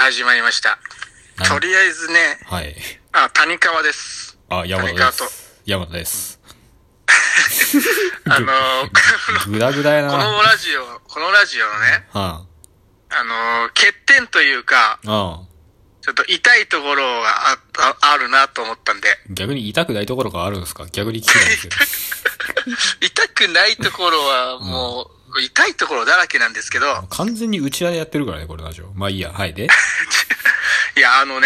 始まりました。とりあえずね、 はい。 谷川です。 山田です。山田です。ぐだぐだやな。 このラジオのね、欠点というか、ちょっと痛いところがあるなと思ったんで。 逆に痛くないところがあるんですか？逆に聞きたいんですけど。 痛くないところはもう、痛いところだらけなんですけど。 完全に内輪でやってるからね、これラジオ。まあいいや、はいで。 いや、やっ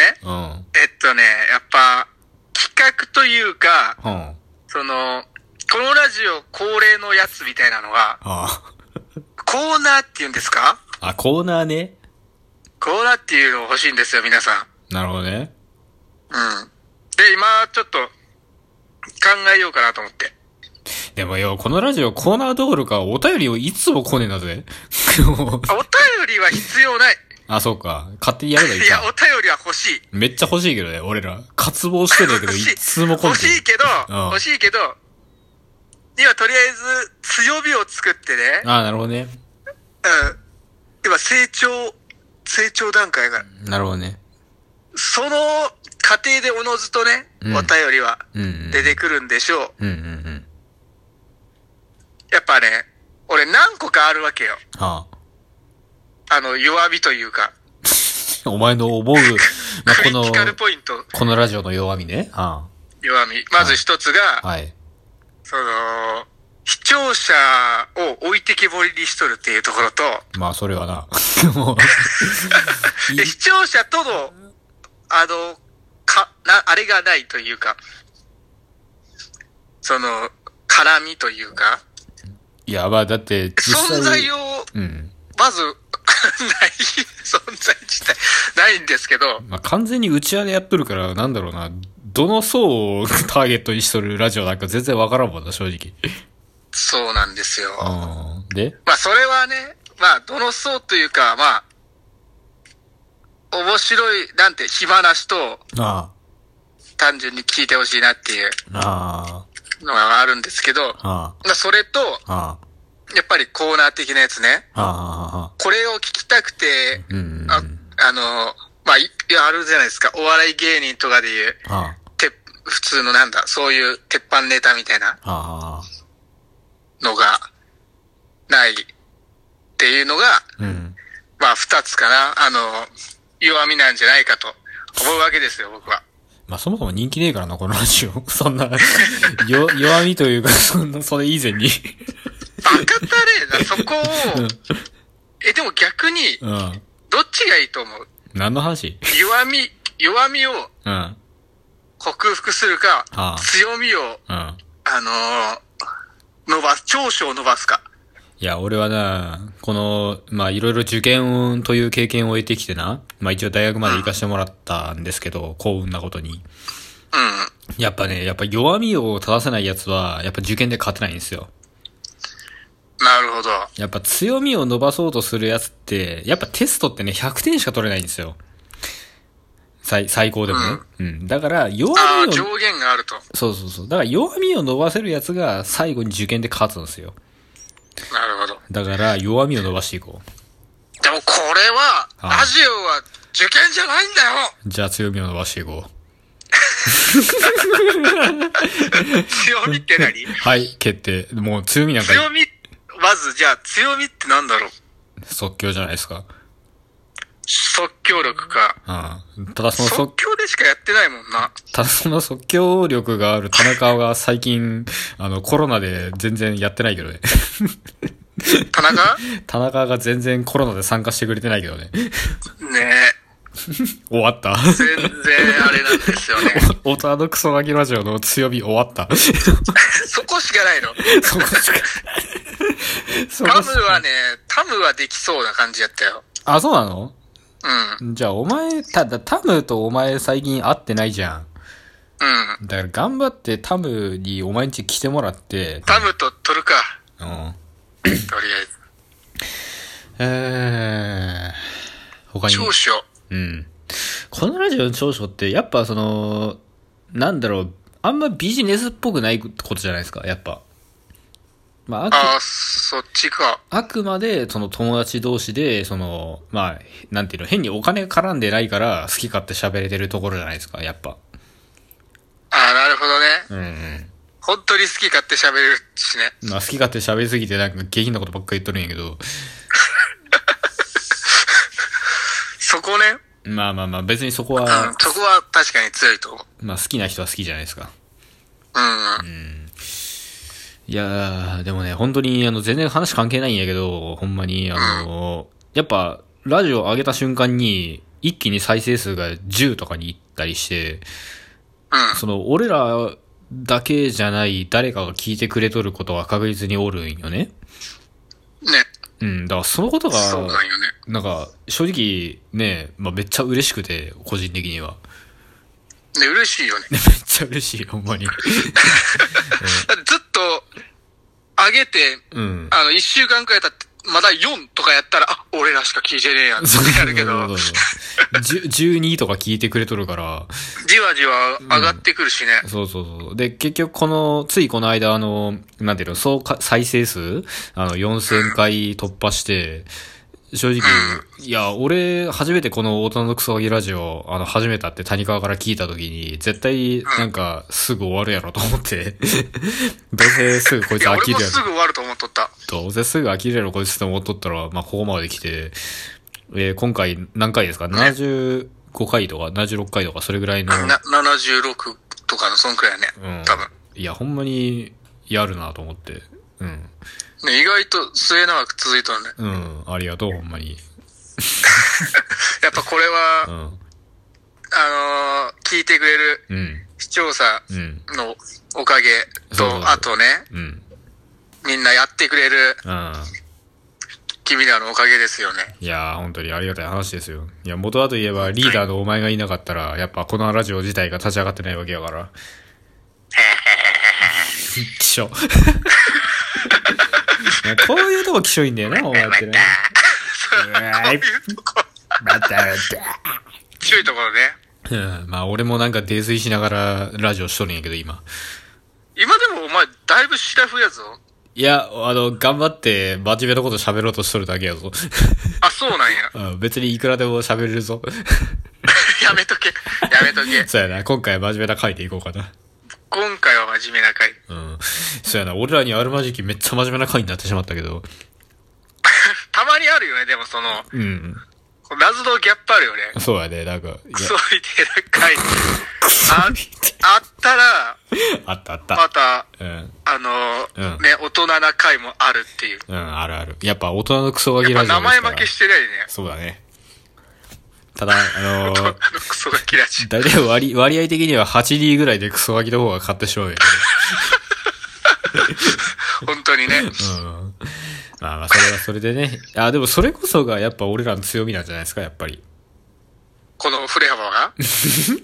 ぱ、企画というか、このラジオ恒例のやつみたいなのが、コーナーっていうんですか？ コーナーね。 コーナーっていうの欲しいんですよ、皆さん。なるほどね。 で、今、ちょっと、考えようかなと思って。 でもよ、このラジオコーナーどころかお便りをいつも来ねえんだぜ。 お便りは必要ない。 そうか。勝手にやればいいか。 いや、お便りは欲しい。 めっちゃ欲しいけどね、俺ら。渇望してるけど、いつも来ない。欲しいけど、今とりあえず強火を作ってね。 なるほどね。 今成長段階が。 なるほどね。 その過程でおのずとね、お便りは出てくるんでしょう。やっぱね、俺何個かあるわけよ。弱火というか。 お前の思う、 クリティカルポイント。 このラジオの弱みね。 弱み。まず一つが、視聴者を置いてけぼりにしとるっていうところと、 それはな。 で視聴者との、あれがないというか、絡みというか。 いや、だって、 存在を、まず、存在自体、ないんですけど。 完全に内輪でやっとるから、なんだろうな、どの層をターゲットにしとるラジオなんか全然わからんもんな、正直。 そうなんですよ。 で？ それはね、どの層というか、面白い、暇な人を、単純に聞いてほしいなっていう、のがあるんですけど、それと、やっぱりコーナー的なやつね。これを聞きたくて、あるじゃないですか。お笑い芸人とかでいう、普通のそういう鉄板ネタみたいなのがないっていうのが、二つかな。弱みなんじゃないかと思うわけですよ、僕は。 そもそも人気ねえからな、このラジオ。そんな、弱みというか、それ以前に。 バカたれな、そこを、でも逆に、どっちがいいと思う？ 何の話？ 弱みを、克服するか、強みを、長所を伸ばすか。 いや、俺はな、この、いろいろ受験という経験を得てきてな、一応大学まで行かしてもらったんですけど、幸運なことに。やっぱ弱みを正せない奴は、やっぱ受験で勝てないんですよ。 なるほど。 やっぱ強みを伸ばそうとするやつって、やっぱテストってね、100点しか取れないんですよ。最高でもね。だから弱みを。 上限があると。 そう。だから弱みを伸ばせるやつが最後に受験で勝つんですよ。 なるほど。 だから弱みを伸ばしていこう。 でもこれは、ラジオは受験じゃないんだよ。 じゃあ強みを伸ばしていこう。 強みって何？ はい、決定。もう強みなんか。 まずじゃあ強みってなんだろう？ 即興じゃないですか。 即興力か。 ただ即興でしかやってないもんな。 ただその即興力がある田中が最近、コロナで全然やってないけどね。田中が全然コロナで参加してくれてないけどね。 ね終わった。 全然あれなんですよね。 オタのクソガキラジオの強み終わった。 そこしかないの。 そこしかタムはできそうな感じやったよ。 そうなの？じゃあお前、タムとお前最近会ってないじゃん。だから頑張ってタムにお前ん家来てもらって。 タムと撮るか。とりあえず。他に。 長所。 このラジオの長所って、やっぱなんだろう、あんまビジネスっぽくないことじゃないですか、やっぱ。 まあ、そっちか。 あくまで、その友達同士で、まあ、なんていうの、変にお金が絡んでないから、好き勝手喋れてるところじゃないですか、やっぱ。 あ、なるほどね。 うんうん。 本当に好き勝手喋れるしね。 まあ、好き勝手喋りすぎて、なんか下品なことばっかり言っとるんやけど。 そこね。 まあまあまあ、別にそこは、 そこは確かに強いと思う。まあ、好きな人は好きじゃないですか。 うん。 いやー、でもね、本当に、全然話関係ないんやけど、ほんまに、やっぱ、ラジオ上げた瞬間に、一気に再生数が10とかに行ったりして、俺らだけじゃない誰かが聞いてくれとることは確実におるんよね。 ね。 うん、だからそのことが、 そうなんよね。 なんか、正直ね、まあめっちゃ嬉しくて、個人的には。 ね、嬉しいよね。 めっちゃ嬉しい、ほんまに。だってずっと、上げて、1週間くらい経って、まだ4とかやったら、あ、俺らしか聞いてねえやんってやるけど。 12とか聞いてくれとるから。 じわじわ上がってくるしね。 そうそうそう。で、結局ついこの間なんていうの、再生数4000回突破して、正直、いや、俺、初めてこの大人のクソガキラジオ、始めたって谷川から聞いた時に、絶対、なんか、すぐ終わるやろと思って。どうせすぐこいつ飽きるやろ。 俺もすぐ終わると思っとった。 どうせすぐ飽きるやろこいつと思っとったら、まあ、ここまで来て、今回何回ですか ?75 回とか76回とかそれぐらいの。 76とかのそんくらいね。多分。 いや、ほんまに、やるなと思って。うん。 ね、意外と末永く続いとるね。 うん、ありがとう、ほんまに。 やっぱこれは、聞いてくれる、視聴者のおかげと、あとね、みんなやってくれる、君らのおかげですよね。 いやー、本当にありがたい話ですよ。いや、元はといえば、リーダーのお前がいなかったら、やっぱこのラジオ自体が立ち上がってないわけやから。きしょ。こういうとこきしょいんだよな、お前ってね。 そういうとこ。きしょいところね。まあ、俺もなんか泥酔しながらラジオしとるんやけど、今。 今でもお前、だいぶシラフやぞ。 いや、頑張って真面目なこと喋ろうとしとるだけやぞ。 あ、そうなんや。 別にいくらでも喋れるぞ。 やめとけ。 そうやな、今回は真面目な回でいこうかな。 今回は真面目な回。 そうやな、俺らにあるまじきめっちゃ真面目な回になってしまったけど。 たまにあるよね、でも謎のギャップあるよね。 そうやね、なんか。 クソみたいな回。あったら、 あった。 また、ね、大人な回もあるっていう。 あるある。やっぱ大人のクソガキラジオですから。 名前負けしてないね。 そうだね。ただ、 大人のクソガキラジオ。 だいたい割合的には8D ぐらいでクソガキの方が勝ってしまうよね。 本当にね。 まあ、それはそれでね。でもそれこそがやっぱ俺らの強みなんじゃないですか、やっぱり。 この振れ幅が振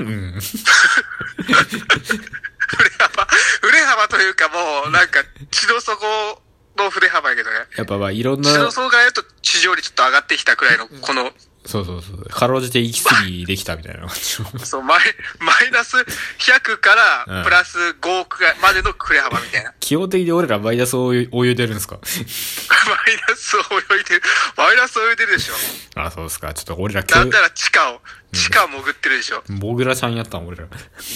れ幅というかもう、なんか、地の底の振れ幅やけどね。 やっぱまあいろんな。 地の底がやっと地上にちょっと上がってきたくらいの、この。 そう。かろうじて息継ぎできたみたいな感じ。 そう、マイナス100からプラス5億までの振れ幅みたいな。 基本的に俺らマイナスを泳いでるんですか？ マイナスを泳いでるでしょ。 あ、そうですか。ちょっと俺らなんなら地下潜ってるでしょ。 モグラちゃんやったん、俺ら。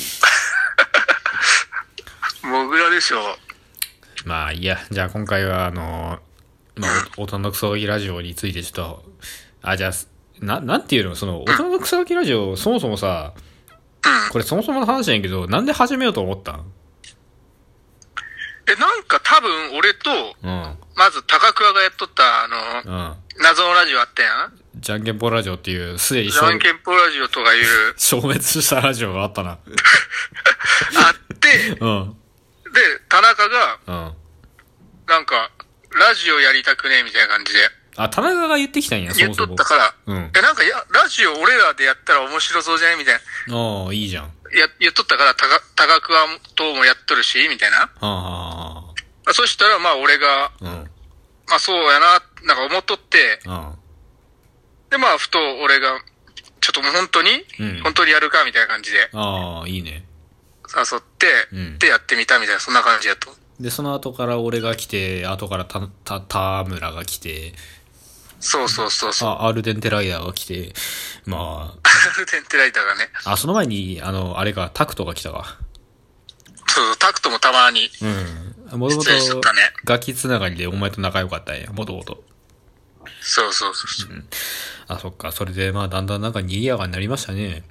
モグラでしょ。 まあいいや。じゃあ今回は大人のクソガキラジオについてちょっと、じゃあ、なんていうの、大人のクソガキラジオ、そもそもさ、これそもそもの話なんやけど、なんで始めようと思ったん？ なんか多分俺と、まず高桑がやっとった謎のラジオあったやん。 じゃんけんぽラジオっていう、すでにじゃんけんぽラジオとかいう消滅したラジオがあったな。 あって、で、田中が、なんか、ラジオやりたくねえみたいな感じで。 田中が言ってきたんや、 言っとったから。なんか、ラジオ俺らでやったら面白そうじゃねみたいな。いいじゃん。 言っとったから、高桑ともやっとるし、みたいな。そしたら、まあ俺が、まあそうやな、なんか思っとって、で、まあふと俺が、ちょっともう本当にやるかみたいな感じで。 いいね。 誘って、でやってみたみたいな、そんな感じやと。 で、その後から俺が来て、後から田村が来て、 そうそうそうそう。 アルデンテライダーが来て、まあ。 アルデンテライダーがね。 その前に、あれか、タクトが来たか。 そう、タクトもたまに。 うん。もともと、ガキつながりでお前と仲良かったんや、もともと。 そうそうそう。 うん。そっか。それで、まあ、だんだんなんか賑やかになりましたね。 ね。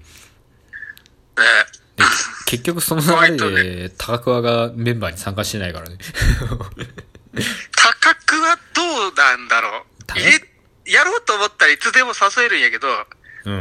で、結局その流れで、高桑がメンバーに参加してないからね。 高桑どうなんだろう。やろうと思ったらいつでも誘えるんやけど。 うん。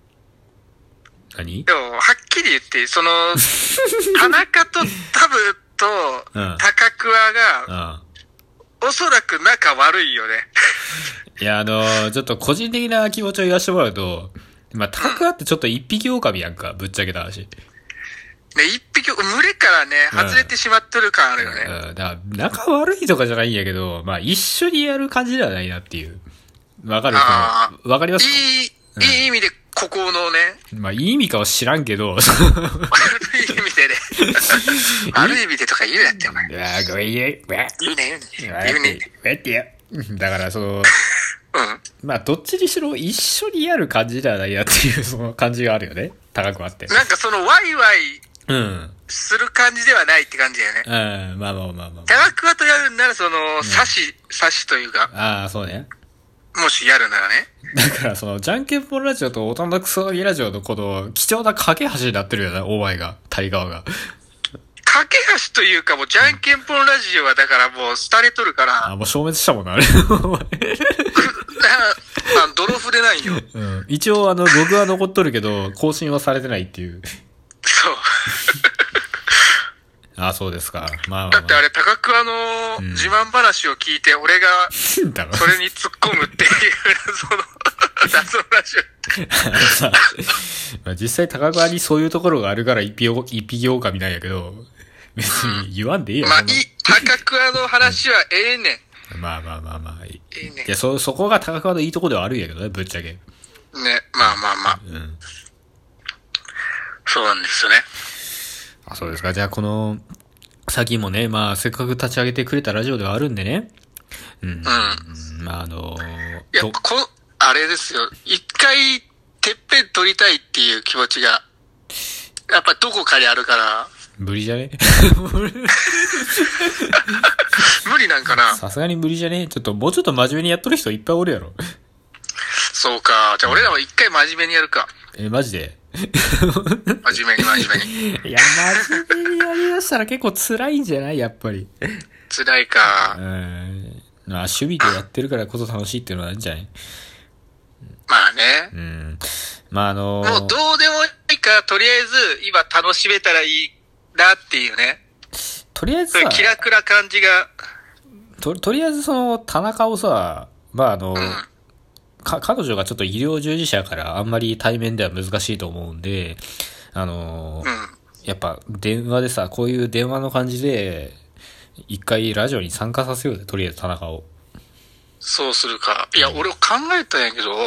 何？ でも、はっきり言って、田中とタブと高桑が、おそらく仲悪いよね。 いや、ちょっと個人的な気持ちを言わせてもらうと、まあ、高桑ってちょっと一匹狼やんか、ぶっちゃけた話。 ね、一匹、群れからね、外れてしまってる感あるよね。 だから、仲悪いとかじゃないんやけど、まあ、一緒にやる感じではないなっていう。わかる？わかりますか？ いい意味で、孤高のね。 まあ、いい意味かは知らんけど。悪い意味でね。悪い意味でとか言うやって、お前。 ごめん言うね。ってよ。だから、まあ、どっちにしろ一緒にやる感じではないなっていう、その感じがあるよね。高くあって。 なんかワイワイ、する感じではないって感じだよね。まあ。 高桑とやるんなら、刺しというか。 そうね。 もしやるならね。 だからじゃんけんぽんラジオとオタナクソギラジオのこの貴重な架け橋になってるよね、お前が、タイガーが。 架け橋というかもうじゃんけんぽんラジオはだからもう廃れとるから。 もう消滅したもんな、あれ。 泥筆ないよ。 うん。一応ログは残っとるけど、更新はされてないっていう。 そう。 そうですか。まあ。 だってあれ、高桑の自慢話を聞いて、俺が、それに突っ込むっていう、謎のラジオ。実際高桑にそういうところがあるから一匹狼なんやけど、別に言わんでいいやん。 まあ、高桑の話はええねん。まあ。ええねん。いや、そこが高桑のいいとこではあるんやけどね、ぶっちゃけ。ね、 まあ。うん。そうなんですよね。 そうですか。じゃあ先もね、まあ、せっかく立ち上げてくれたラジオではあるんでね。まあいや、あれですよ。一回、てっぺん取りたいっていう気持ちが、やっぱどこかにあるから。 無理じゃね？ 無理なんかな？ さすがに無理じゃね？もうちょっと真面目にやっとる人いっぱいおるやろ。 そうか。じゃあ俺らは一回真面目にやるか。 マジで？ 真面目に。 いや、真面目にやりだしたら結構辛いんじゃない？やっぱり。 辛いか。 趣味でやってるからこそ楽しいっていうのはあるんじゃない？ まあね。 まあもうどうでもいいから、とりあえず今楽しめたらいいなっていうね。 とりあえずさ、 気楽な感じが。 とりあえず田中をさ、まあ彼女がちょっと医療従事者からあんまり対面では難しいと思うんで、やっぱ電話でさ、こういう電話の感じで、一回ラジオに参加させようぜ、とりあえず田中を。 そうするか。いや、俺考えたんやけど、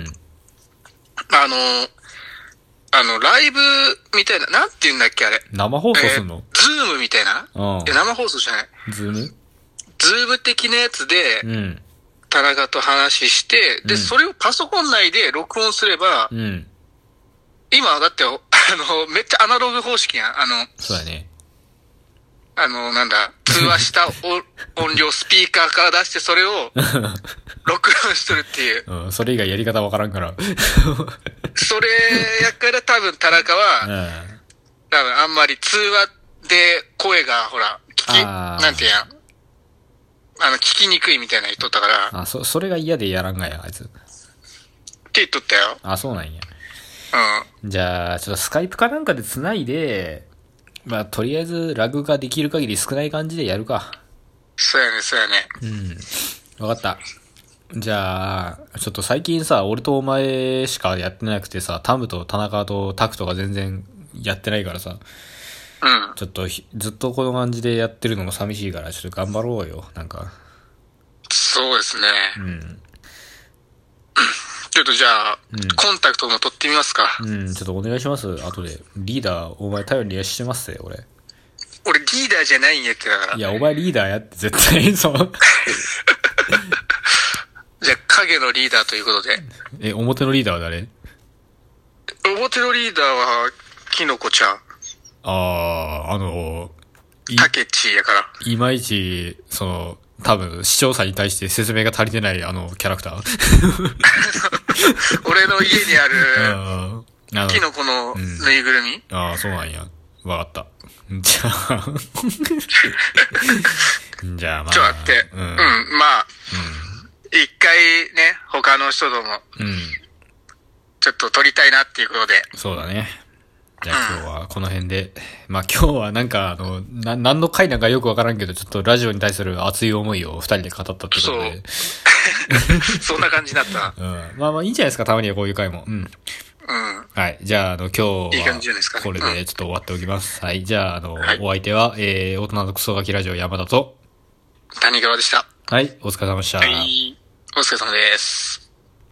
ライブみたいな、なんて言うんだっけあれ。 生放送すんの？ ズームみたいな？生放送じゃない。 ズーム的なやつで、田中と話して、で、それをパソコン内で録音すれば、今だって、めっちゃアナログ方式やん。 そうだね。 なんだ、通話した音量スピーカーから出してそれを録音しとるっていう。 それ以外やり方わからんから。 それやから多分田中は、多分あんまり通話で声がほら、なんてやん。聞きにくいみたいな言っとったから。 それが嫌でやらんがや、あいつ。って言っとったよ。 そうなんや。じゃあ、ちょっとスカイプかなんかで繋いで、まあ、とりあえず、ラグができる限り少ない感じでやるか。 そうやね。 わかった。じゃあ、ちょっと最近さ、俺とお前しかやってなくてさ、タムと田中とタクとか全然やってないからさ。ちょっと、ずっとこの感じでやってるのも寂しいから、ちょっと頑張ろうよ、なんか。 そうですね。ちょっとじゃあ、コンタクトも取ってみますか。 ちょっとお願いします。後で。リーダー、お前頼りにしてますぜ、俺。 俺リーダーじゃないんやってだから。 いや、お前リーダーやって絶対そう。 じゃあ、影のリーダーということで。 表のリーダーは誰？ 表のリーダーは、キノコちゃん。タケチやから。 いまいち、多分、視聴者に対して説明が足りてないキャラクター。 俺の家にある、キノコのぬいぐるみ、 そうなんや。わかった。じゃあ、じゃあまあ。 ちょっと待って。まあ、一回ね、他の人とも、ちょっと撮りたいなっていうことで。 そうだね。じゃあ今日はこの辺で、まあ今日はなんか何の回なんかよくわからんけど、ちょっとラジオに対する熱い思いを二人で語ったってことで。 そんな感じだった。 まあまあいいんじゃないですか、たまにはこういう回も。はい。じゃあ今日は、 いい感じじゃないですかね。 これでちょっと終わっておきます。はい。じゃあお相手は、大人のクソガキラジオ山田と、 谷川でした。 はい。お疲れ様でした。 はい。お疲れ様です。